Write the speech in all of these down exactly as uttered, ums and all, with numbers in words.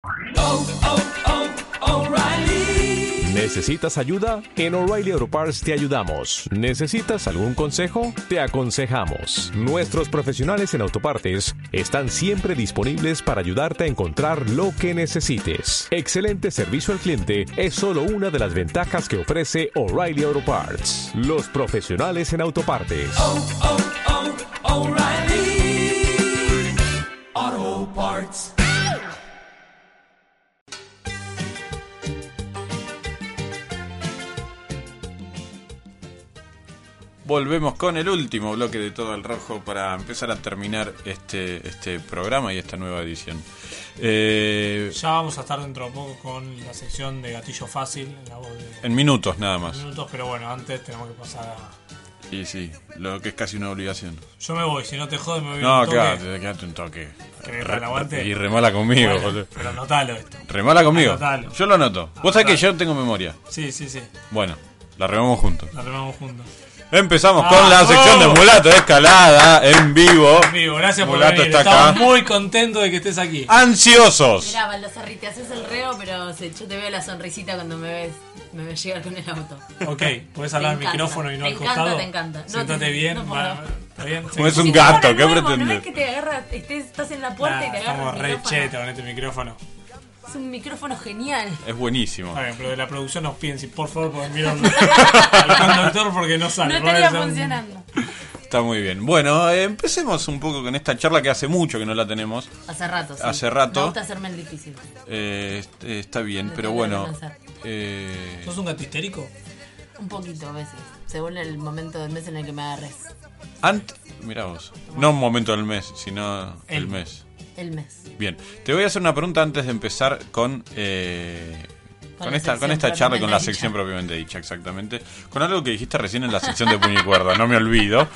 Oh, oh, oh, O'Reilly. ¿Necesitas ayuda? En O'Reilly Auto Parts te ayudamos. ¿Necesitas algún consejo? Te aconsejamos. Nuestros profesionales en autopartes están siempre disponibles para ayudarte a encontrar lo que necesites. Excelente servicio al cliente es solo una de las ventajas que ofrece O'Reilly Auto Parts. Los profesionales en autopartes. Oh, oh, oh, O'Reilly Auto Parts. Volvemos con el último bloque de Todo al Rojo para empezar a terminar este este programa y esta nueva edición. Eh, ya vamos a estar dentro de poco con la sección de Gatillo Fácil en la voz de... En minutos nada más. En minutos, pero bueno, antes tenemos que pasar a... Y sí, lo que es casi una obligación. Yo me voy, si no te jodes me voy no, un toque. No, quédate, quédate un toque. Que me re, aguante. Y remala conmigo, bueno, boludo. Pero anotalo esto. Remala conmigo. Anotalo. Yo lo anoto. Vos sabés que yo tengo memoria. Sí, sí, sí. Bueno, la remamos juntos. La remamos juntos. Empezamos ah, con la oh. sección de Mulato de Escalada en vivo. En vivo, gracias Mulato por venir. está Estamos acá. muy contentos de que estés aquí. ¡Ansiosos! Mirá, Baldasarri, te haces el reo, pero se, yo te veo la sonrisita cuando me ves, me ves llegar con el auto. Ok, podés hablar al micrófono y no te al encanta, costado. Te encanta, te Siéntate encanta. bien. No, va, ¿Está bien? Como es Sí. un Si gato, te ¿qué nuevo, ¿no pretendes? ves que te agarra, estés, estás en la puerta Nah, y te agarra estamos el re micrófono? chetos con este micrófono. Es un micrófono genial. Es buenísimo. Está bien, pero de la producción nos piden si por favor pueden mirar al conductor porque no sale. No estaría funcionando. Está muy bien. Bueno, eh, empecemos un poco con esta charla que hace mucho que no la tenemos. Hace rato, sí. Hace rato. Me gusta hacerme el difícil. Eh, eh, está bien, Me pero tengo que bueno. lanzar. Eh, ¿Sos un gato histérico? Un poquito a veces, según el momento del mes en el que me agarres. Antes, mirá vos. No un momento del mes, sino el, El. mes. El mes. Bien, te voy a hacer una pregunta antes de empezar con eh, Con con la esta con sección esta charla y con la propiamente sección dicha. propiamente dicha, exactamente. Con algo que dijiste recién en la sección de puño y cuerda, no me olvido.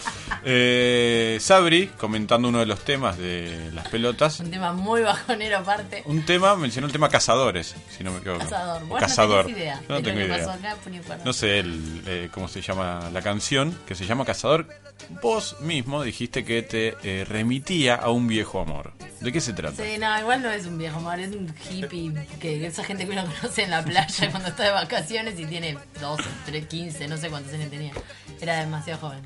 Eh, Sabri, comentando uno de los temas de las pelotas. Un tema muy bajonero aparte. Un tema, mencionó el tema cazadores, si no me equivoco. Cazador. O Vos cazador. no tenés idea Yo no de tengo lo que idea. pasó acá, puño y cuerda. No sé el, eh, cómo se llama la canción, que se llama Cazador. Vos mismo dijiste que te eh, remitía a un viejo amor. ¿De qué se trata? Sí, no, igual no es un viejo amor, es un hippie, que esa gente que uno conoce en la playa cuando está de vacaciones y tiene doce, trece, quince, no sé cuántos años tenía. Era demasiado joven.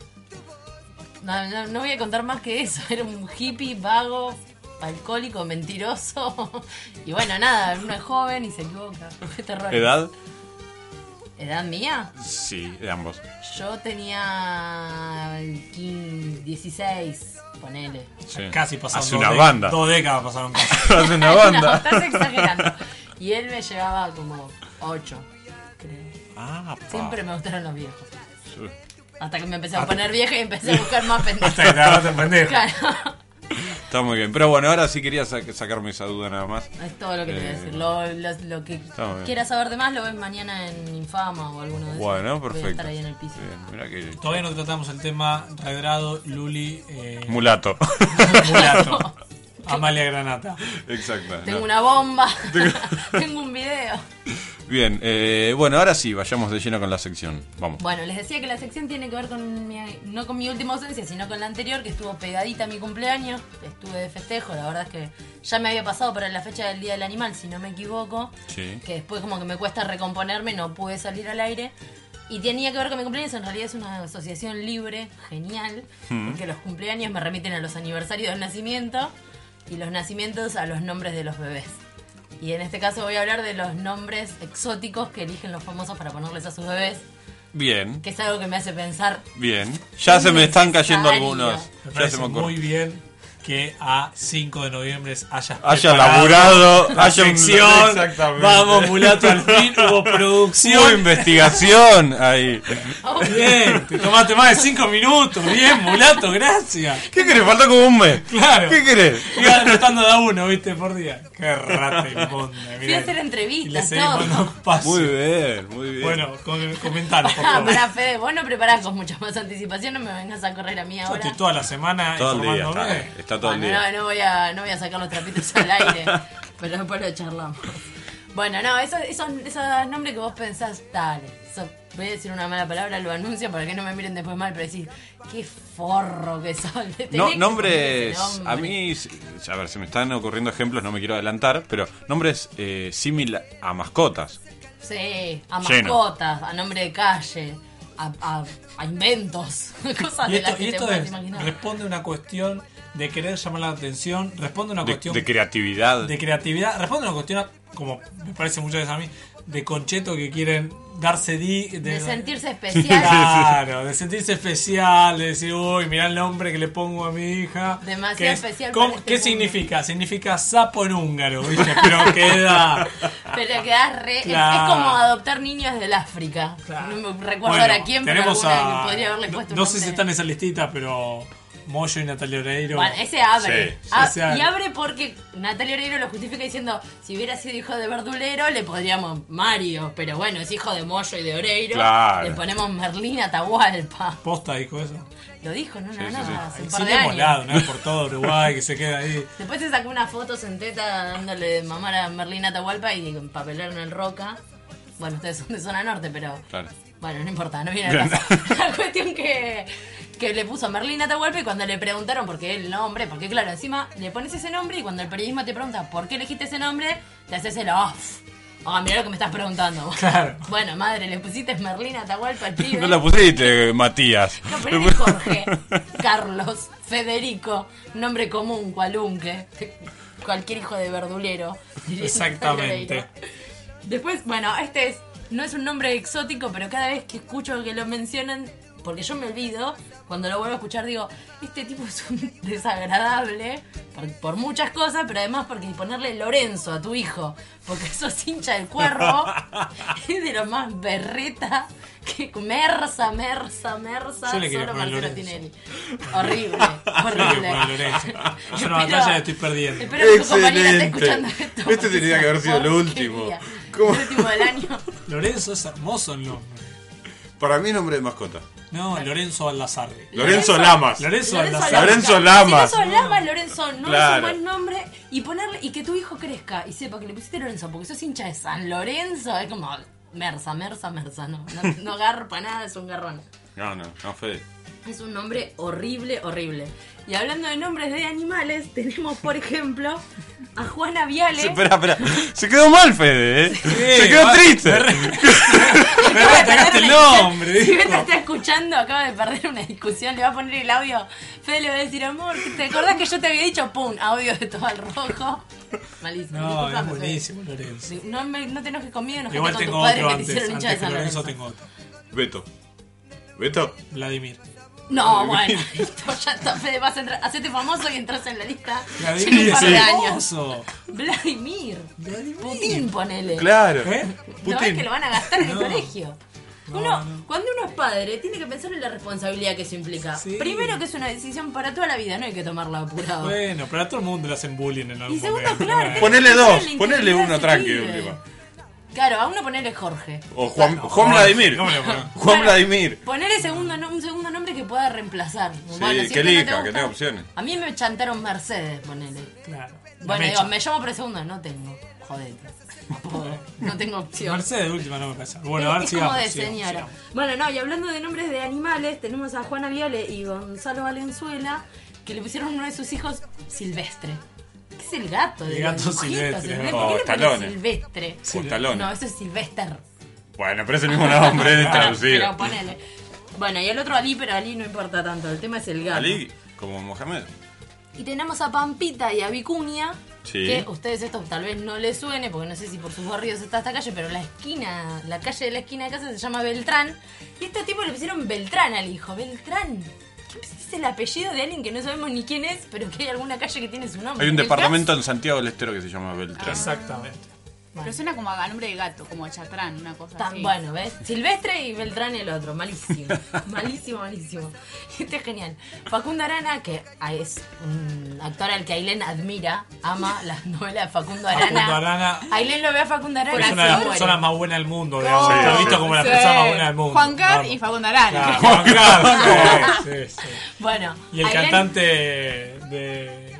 No, no, no voy a contar más que eso, era un hippie vago, alcohólico, mentiroso. Y bueno, nada, uno es joven y se equivoca. Qué terror. ¿Edad? ¿Edad mía? Sí, de ambos. Yo tenía quince, dieciséis, ponele. Sí. Casi pasaron Hace dos una décadas- banda. Dos décadas pasaron casi. Hace una No, banda. estás exagerando. Y él me llevaba como ocho, creo. Ah, pa. Siempre me gustaron los viejos. Sí. Hasta que me empecé a poner vieja y empecé a buscar más pendejos. Hasta que te agarraste en pendejo. Claro. Está muy bien. Pero bueno, ahora sí quería sa- sacarme esa duda nada más. Es todo lo que te voy a Eh, decir. Lo, lo, lo que está muy bien. quieras saber de más lo ves mañana en Infama o alguno de esos. Bueno, Voy a perfecto. estar ahí en el piso. Bien, mirá que... Todavía no tratamos el tema Redrado, Luli, eh, Mulato. Mulato, Amalia Granata. Exacto. Tengo no. una bomba. Tengo un video. Bien, eh, bueno, ahora sí, vayamos de lleno con la sección. Vamos. Bueno, les decía que la sección tiene que ver con mi, no con mi última ausencia, sino con la anterior, que estuvo pegadita a mi cumpleaños. Estuve de festejo, la verdad es que ya me había pasado para la fecha del Día del Animal, si no me equivoco. Sí. Que después como que me cuesta recomponerme, no pude salir al aire. Y tenía que ver con mi cumpleaños, en realidad es una asociación libre, genial, Mm. porque los cumpleaños me remiten a los aniversarios del nacimiento y los nacimientos a los nombres de los bebés. Y en este caso voy a hablar de los nombres exóticos que eligen los famosos para ponerles a sus bebés, Bien, que es algo que me hace pensar. bien. Ya se me están cayendo Necesario. algunos. Me Ya parece se me muy ocurre. bien que a cinco de noviembre hayas Haya preparado laburado, la haya un- sección. Exactamente. Vamos, Mulato, al fin hubo Hubo producción. investigación ahí. Bien, te tomaste más de cinco minutos. Bien, Mulato, gracias. ¿Qué querés? Falta como un mes. Claro. ¿Qué querés? Iba anotando de a uno, viste, por día. Qué rata inmunda. Fui a hacer Y le entrevistas, seguimos todo. dando paso. Muy bien, muy bien. Bueno, com- comentanos, por Ah, favor. para Fede, vos no preparás con mucha más anticipación, no me vengas a correr a mí Yo ahora. estoy toda la semana todo el día informándome. está, está todo el Bueno, día. no, no voy a, no voy a sacar los trapitos al aire, pero después lo charlamos. Bueno, no, esos, esos, esos nombres que vos pensás, dale. Eso, voy a decir una mala palabra, lo anuncio para que no me miren después mal, pero decís, qué forro que sos. Tenés No, que nombres, poner ese nombre. a mí, a ver, se me están ocurriendo ejemplos, no me quiero adelantar, pero nombres eh, símil a mascotas. Sí, a Lleno. mascotas, a nombre de calle, a, a, a inventos, cosas Y de esto, las y que te esto puedes es, imaginar. responde a una cuestión de querer llamar la atención, responde a una De, cuestión de creatividad. de creatividad, responde a una cuestión, como me parece muchas veces a mí, de concheto que quieren darse di... De sentirse especial. Claro, de sentirse especial, de decir, uy, mirá el nombre que le pongo a mi hija. Demasiado que es- especial ¿cómo- para este ¿Qué mundo. significa? Significa sapo en húngaro, ¿viste? Pero queda... Pero quedás re... es- Claro. Es, como adoptar niños del África. Claro. No me recuerdo Bueno, ahora quién, pero tenemos alguna a- que podría haberle no, puesto no un sé si nombre. está en esa listita, pero Moyo y Natalia Oreiro. Bueno, ese abre. Sí, sí, Ah, ese abre. Y abre porque Natalia Oreiro lo justifica diciendo, si hubiera sido hijo de verdulero, le podríamos Mario. Pero bueno, es hijo de Moyo y de Oreiro. Claro. Le ponemos Merlín Atahualpa. Posta dijo eso. Lo dijo, no, no, Sí, sí, no, sí. hace un Sí, par le de hemos años. dado, ¿no? Por todo Uruguay, que se queda ahí. Después se sacó unas fotos en teta dándole de mamar a Merlín Atahualpa y empapelaron el Roca. Bueno, ustedes son de zona norte, pero... Claro. Bueno, no importa, no viene al caso. La cuestión que, que le puso Merlín Atahualpa y cuando le preguntaron por qué el nombre, porque claro, encima le pones ese nombre y cuando el periodismo te pregunta por qué elegiste ese nombre, te haces el off. Ah, mirá lo que me estás preguntando. Claro. Bueno, madre, le pusiste Merlín Atahualpa al pibe. No la pusiste, Matías. No, pero es Jorge, Carlos, Federico, nombre común, cualunque, cualquier hijo de verdulero. diría Exactamente. Natalia Oreiro. Después, bueno, este es, no es un nombre exótico, pero cada vez que escucho que lo mencionan, porque yo me olvido, cuando lo vuelvo a escuchar digo, este tipo es un desagradable por, por muchas cosas, pero además porque ponerle Lorenzo a tu hijo, porque sos hincha del Cuervo, es de lo más berreta, que mersa, mersa, mersa, Yo le quería solo poner Marcelo Lorenzo. Tinelli. Horrible, Yo le horrible. pongo a Lorenzo. Es una Espero- batalla que estoy perdiendo. Espero que tu compañera esté Excelente. escuchando esto. Este porque tenía es que haber una sido el porquería. último. ¿Cómo? El último del año. Lorenzo es hermoso el nombre. Para mí, nombre de mascota. No, Lorenzo Baldassarre. Lorenzo Lamas. Lorenzo Lorenzo Baldassarre. Lorenzo Lamas. Si no sos Lamas, Lorenzo no Claro. es un buen nombre. Y ponerle y que tu hijo crezca y sepa que le pusiste Lorenzo porque sos hincha de San Lorenzo. Es como Mersa, Mersa, Mersa. No, no, no garpa nada, es un garrón. No, no, no, Fede. Es un nombre horrible, horrible. Y hablando de nombres de animales, tenemos por ejemplo a Juana Viale. Se, espera, espera. Se quedó mal, Fede, ¿eh? Se quedó va- triste. Me, re- me Acaba de retacaste el perder una nombre, discusión. Si dijo. Beto está escuchando, acaba de perder una discusión. Le va a poner el audio. Fede le va a decir, amor, ¿te acordás que yo te había dicho? ¡Pum! Audio de todo el rojo. Malísimo. No, Disculpame, es Fede. buenísimo, Lorenzo. Sí, No, me, no te enojes conmigo, enojate Igual con tengo tus padres otro que te antes. hicieron hincha de Antes que San Lorenzo Lorenzo. tengo otro. Beto. Beto. Vladimir. No, bueno, listo, ya está, Fede, vas a entrar, hacete famoso y entras en la lista en Vladimir un par es de años. hermoso. Vladimir. Putin, ponele. Claro. ¿Eh? ¿No ves que lo van a gastar en el No. colegio? No, Uno, no. Cuando uno es padre, tiene que pensar en la responsabilidad que eso implica. Sí. Primero que es una decisión para toda la vida, no hay que tomarla apurado. Bueno, pero a todo el mundo le hacen bullying en algún Y segundo, momento. claro, ¿no? Ponele Pensar en dos. la Ponele integridad uno de ese tranqui, pibe. última. Claro, a uno ponele Jorge. O Juan, Juan Juan, Vladimir. ¿cómo le ponemos? Juan Bueno, Vladimir. Ponele segundo, no- un segundo nombre que pueda reemplazar. Sí, Bueno, si que este no te elija, que gusta- tenga opciones. A mí me chantaron Mercedes, ponele. Claro. Bueno, Mecha. digo, me llamo por el segundo, no tengo. Jodete. Pobre, no tengo opción. Mercedes de última no me pasa. Bueno, a ver, es sigamos. como de sigamos, señora. sigamos. Bueno, no, y hablando de nombres de animales, tenemos a Juana Viale y Gonzalo Valenzuela, que le pusieron uno de sus hijos Silvestre. ¿Qué es el gato? de El gato los dibujitos? silvestre, ¿Entendés? ¿no? ¿Por qué Oh, le ponen talones. Silvestre? Por talones. No, eso es Silvester. Bueno, pero es el mismo nombre, es Pero traducido. ponele. Bueno, y el otro Ali, pero Ali no importa tanto, el tema es el gato. Ali, como Mohamed. Y tenemos a Pampita y a Vicuña, Sí. que ustedes esto tal vez no les suene, porque no sé si por sus barrios está esta calle, pero la esquina, la calle de la esquina de casa se llama Beltrán. Y este tipo le pusieron Beltrán al hijo. Beltrán. ¿Qué es el apellido de alguien que no sabemos ni quién es, pero que hay alguna calle que tiene su nombre? Hay un Beltrán. departamento en Santiago del Estero que se llama Beltrán. Exactamente. Bueno. Pero suena como a nombre de gato, como Chatrán, una cosa Tan así. bueno, ¿ves? Silvestre y Beltrán el otro, malísimo. malísimo, malísimo. Este es genial. Facundo Arana, que es un actor al que Ailén admira, ama las novelas de Facundo Arana. Facundo Arana Ailén lo ve a Facundo Arana es y una se de las muere. personas más buenas del mundo, digamos. Sí, Está sí, visto sí. como la Sí. persona más buena del mundo. Juan Car Vamos. y Facundo Arana. Claro, Juan Car, sí, sí, sí. Bueno, Y el Ailén- cantante de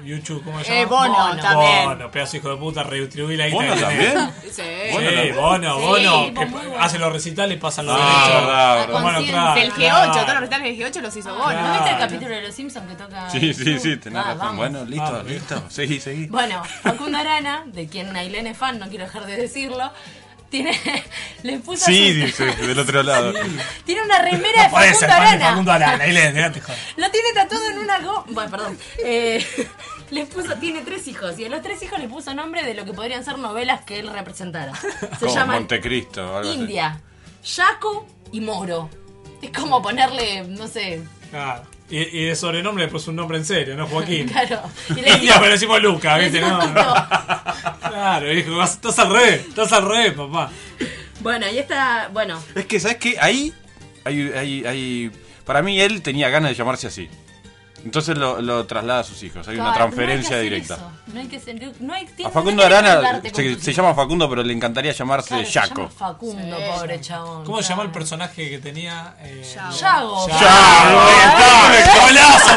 YouTube, ¿cómo se llama? Eh, Bono, Bono. también. Bono, pedazo hijo de puta, redistribuí la guita. ¿Bono que tenés. también? Sí. Sí, Bono, Sí, Bono, tipo, que muy bueno. hace los recitales y pasan los Ah, derechos. verdad, verdad. Bueno, Conciencia. claro, Del G ocho, claro. todos los recitales del G ocho los hizo Bono. ¿No viste el Claro. capítulo de Los Simpsons que toca? Sí, sí, sí, tenés Ah, razón. vamos. Bueno, listo, Vamos. listo. Seguí, seguí. Bueno, Facundo Arana, de quien Ailén es fan, no quiero dejar de decirlo, tiene, le puso Sí, a su- dice, del otro lado. tiene una remera de Puede Facundo ser fan de Arana. Facundo Arana, Ailén, dejate joder. Lo tiene tatuado en una go... Bueno, perdón. Eh, le puso, tiene tres hijos y a los tres hijos le puso nombre de lo que podrían ser novelas que él representara. Se Como llaman Montecristo o algo así. India, Yaco y Moro. Es como ponerle, no sé, Claro. Y, y de sobrenombre le puso un nombre en serio, ¿no? Joaquín. claro. Y le India, pero decimos Luca, ¿viste? le No. puso- Claro, dijo, vas- estás al revés, estás al revés, papá. Bueno, y esta, bueno, Es que, ¿sabes qué? Ahí, hay, hay, hay- para mí, él tenía ganas de llamarse así. Entonces lo, lo traslada a sus hijos. Hay una claro, transferencia no hay que directa. hacer eso. No hay que ser, no hay, A tiene- Facundo no hay que Arana enamorarte con se, tus se hijos. llama Facundo, pero le encantaría llamarse Claro, se Yaco. llama Facundo, Sí. pobre chabón. ¿Cómo se llama el claro. personaje que tenía? Eh, Yago. Yago. ¡Yago! ¡Ahí está! ¡Golazo,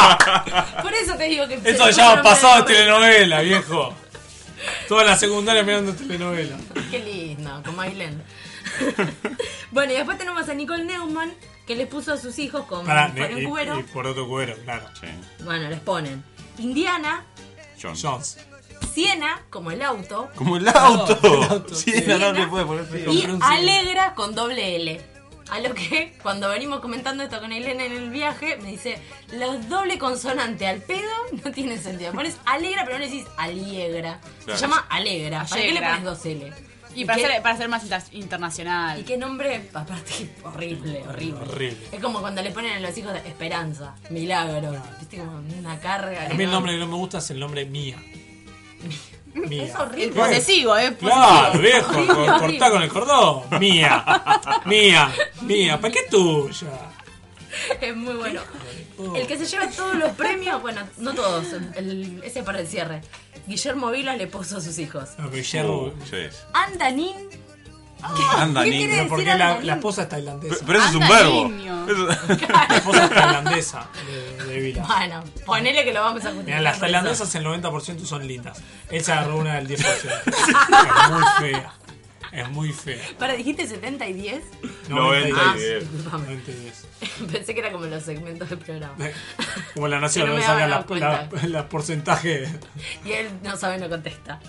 papá! Por eso te digo que... Eso se llama pasado de telenovela, viejo. Toda la secundaria mirando telenovela. Qué lindo, como Ailén. Bueno, y después tenemos a Nicole Neumann, que les puso a sus hijos con Pará, por y, un cuero. y por otro cuero, claro. Sí. Bueno, les ponen Indiana, John. Jones. Siena, como el auto, Como el auto. el auto, Sí, sí. no, no le puede poner feo. y compré un Alegra con doble L. A lo que, cuando venimos comentando esto con Ailén en el viaje, me dice, los doble consonante al pedo no tienen sentido. Pones alegra, pero no le decís aliegra. Claro. Se llama alegra. ¿Para qué le Allegra. pones dos L? Y para qué- ser, para ser más inter- internacional. Y qué nombre, aparte, horrible, horrible. Horrible. Es como cuando le ponen a los hijos de Esperanza, Milagro. Viste, como una carga. A que mí el no- nombre que no me gusta es el nombre Mía. Mía. Es horrible. El posesivo, ¿eh? Claro, Posesivo. viejo, Horrible, cor- horrible. cortá con el cordón. Mía, mía, mía, ¿para qué tuya? Es muy bueno. El que se lleva todos los premios, bueno, no todos, el- ese para el cierre. Guillermo Vilas le puso a sus hijos. No, pero Yerro- Sí. Andanín. Anda, ¿Qué niño. quiere Pero decir porque la, Andanín? la esposa es tailandesa. Pero eso es un Anda, verbo. niño. Eso- La esposa es tailandesa de, de Vila. Bueno, ponele que lo vamos a justificar. Mira, las por eso. tailandesas el noventa por ciento son lindas. Él se agarró una del diez por ciento. Es muy fea. Es muy fea. Para, dijiste setenta y diez. noventa Ah, y diez. disculpame. noventa y diez. Pensé que era como los segmentos del programa. Como la nación, Que no no me saca había la, dado cuenta. la- la porcentaje. Y él no sabe, no contesta.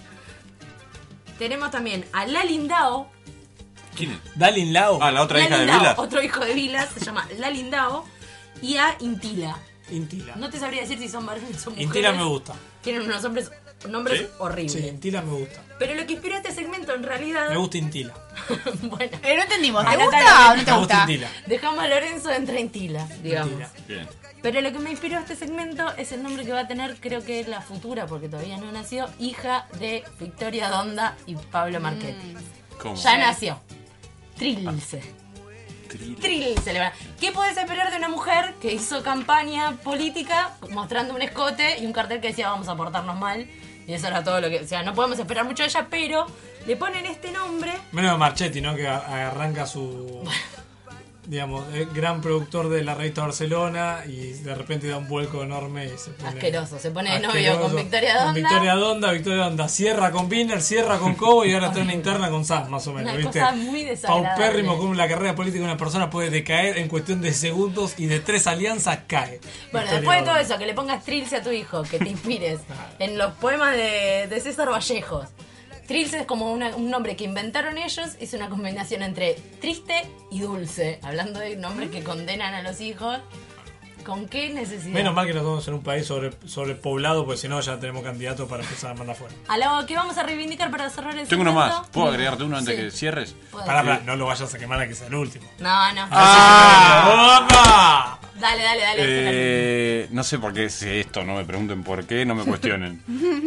Tenemos también a Lalindao. ¿Quién es? Dalin Lao. Ah, la otra hija de Lalindao, Vilas. otro hijo de Vilas, se llama Lalindao. Y a Intila. Intila. No te sabría decir si son varones o mujeres. Intila me gusta. Tienen unos hombres, nombres ¿Sí? horribles. Sí, Intila me gusta. Pero lo que inspiró este segmento en realidad. Me gusta Intila. Bueno, Eh, no entendimos. ¿Te Ah, gusta Natalia, o no te Me gusta gusta? Intila. dejamos a Lorenzo entre Intila, digamos. Intila. Bien. Pero lo que me inspiró este segmento es el nombre que va a tener, creo que la futura, porque todavía no nació, hija de Victoria Donda y Pablo Marchetti. ¿Cómo? Ya nació. Trilce. Trilce le van a- ¿Qué podés esperar de una mujer que hizo campaña política mostrando un escote y un cartel que decía vamos a portarnos mal? Y eso era todo lo que... O sea, no podemos esperar mucho de ella, pero le ponen este nombre. Menos de Marchetti, ¿no? Que a- arranca su. Digamos, eh, gran productor de la revista Barcelona y de repente da un vuelco enorme y se pone. Asqueroso, se pone de novio asqueroso. con Victoria Con Donda. Victoria Donda, Victoria Donda. Cierra con Biner, cierra con Cobo y ahora está en una interna con Sass, más o menos. Una ¿viste? cosa muy desagradable. Paupérrimo como la carrera política de una persona puede decaer en cuestión de segundos y de tres alianzas cae. Bueno, Victoria después de todo Donda. eso, que le pongas Trilce a tu hijo, que te inspires en los poemas de, de César Vallejos. Trilce es como una- un nombre que inventaron ellos, es una combinación entre triste y dulce. Hablando de nombres que condenan a los hijos. ¿Con qué necesidad? Menos mal que nos vamos en un país sobre, sobrepoblado, porque si no ya tenemos candidatos para empezar a mandar fuera. A lo que vamos a reivindicar para cerrar el Tengo uno segmento. más. ¿Puedo agregarte uno antes Sí. que cierres? Puedes. Pará, pará, no lo vayas a quemar a que sea el último. No, no. ¡Ah! ¡Opa! Dale, dale, dale. Eh, no sé por qué sé esto, no me pregunten por qué, no me cuestionen.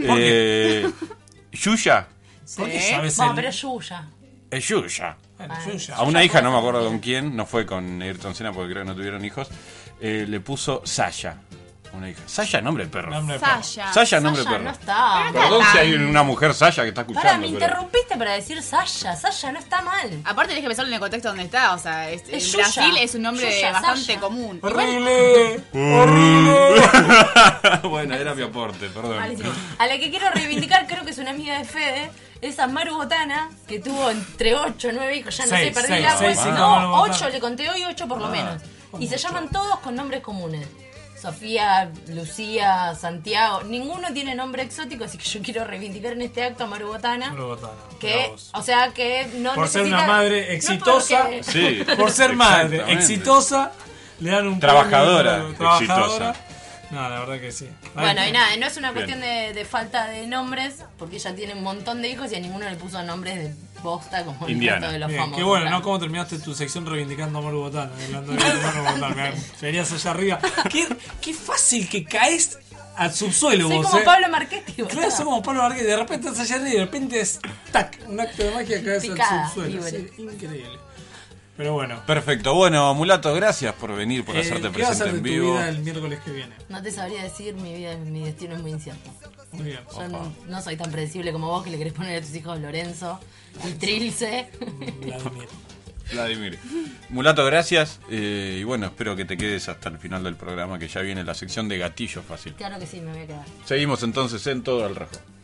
eh, Yuya. ¿Por qué Sí. sabes Bueno, el- pero es Yuya. Es Yuya. Bueno, yo ya- A una hija, no me acuerdo con quién, no fue con Ayrton Senna porque creo que no tuvieron hijos, eh, le puso Sasha. Una hija. Sasha, nombre de perro. Nombre de perro. Sasha. Sasha, nombre de Sasha perro. no está. Perdón si hay una mujer Sasha que está escuchando. Para, me pero- interrumpiste para decir Sasha. Sasha no está mal. Aparte tenés que pensarlo en el contexto donde está, o sea, es- en Yuya. Brasil es un nombre Yuya, bastante Sasha. común. ¡Horrible! Bueno, era mi aporte, perdón. Malísimo. A la que quiero reivindicar, creo que es una amiga de Fede, es a Maru Botana, que tuvo entre ocho o nueve hijos, ya no Seis, sé, perdí seis, la seis cuenta. hijos, No, Maru Botana. ocho le conté hoy, ocho por lo Ah. menos. Y se llaman todos con nombres comunes. Sofía, Lucía, Santiago, ninguno tiene nombre exótico, así que yo quiero reivindicar en este acto a Maru Botana. Maru Botana, Que, mirá vos. o sea, que no Por ser necesita- una madre no exitosa. porque- Sí, Por ser madre exactamente. exitosa, le dan un Trabajadora, premio, trabajadora. exitosa. No, la verdad que sí. Bueno, Ay, y nada, no es una Bien. cuestión de, de falta de nombres, porque ella tiene un montón de hijos y a ninguno le puso nombres de bosta como el Indiana. resto de los Bien, famosos. qué bueno, claro. ¿no? ¿Cómo terminaste tu sección reivindicando a Maru Botana? Hablando de Maru Botana, mirá, venías allá arriba. Qué, qué fácil que caes al subsuelo Soy vos, como eh. Pablo Marchetti. Claro, boludo. somos como Pablo Marqués, de repente estás allá arriba y de repente es tac, un acto de magia caes Picada, al subsuelo. libre. Sí, increíble. Pero bueno. Perfecto. Bueno, Mulato, gracias por venir, por Eh, hacerte ¿Qué va a presente ser de en tu vivo. vida el miércoles que viene? No te sabría decir, mi vida, mi destino es muy incierto. Muy bien. Yo no, no soy tan predecible como vos que le querés poner a tus hijos Lorenzo y Trilce. Vladimir. Vladimir. Mulato, gracias. Eh, y bueno, espero que te quedes hasta el final del programa, que ya viene la sección de gatillo fácil. Claro que sí, me voy a quedar. Seguimos entonces en Todo al Rojo.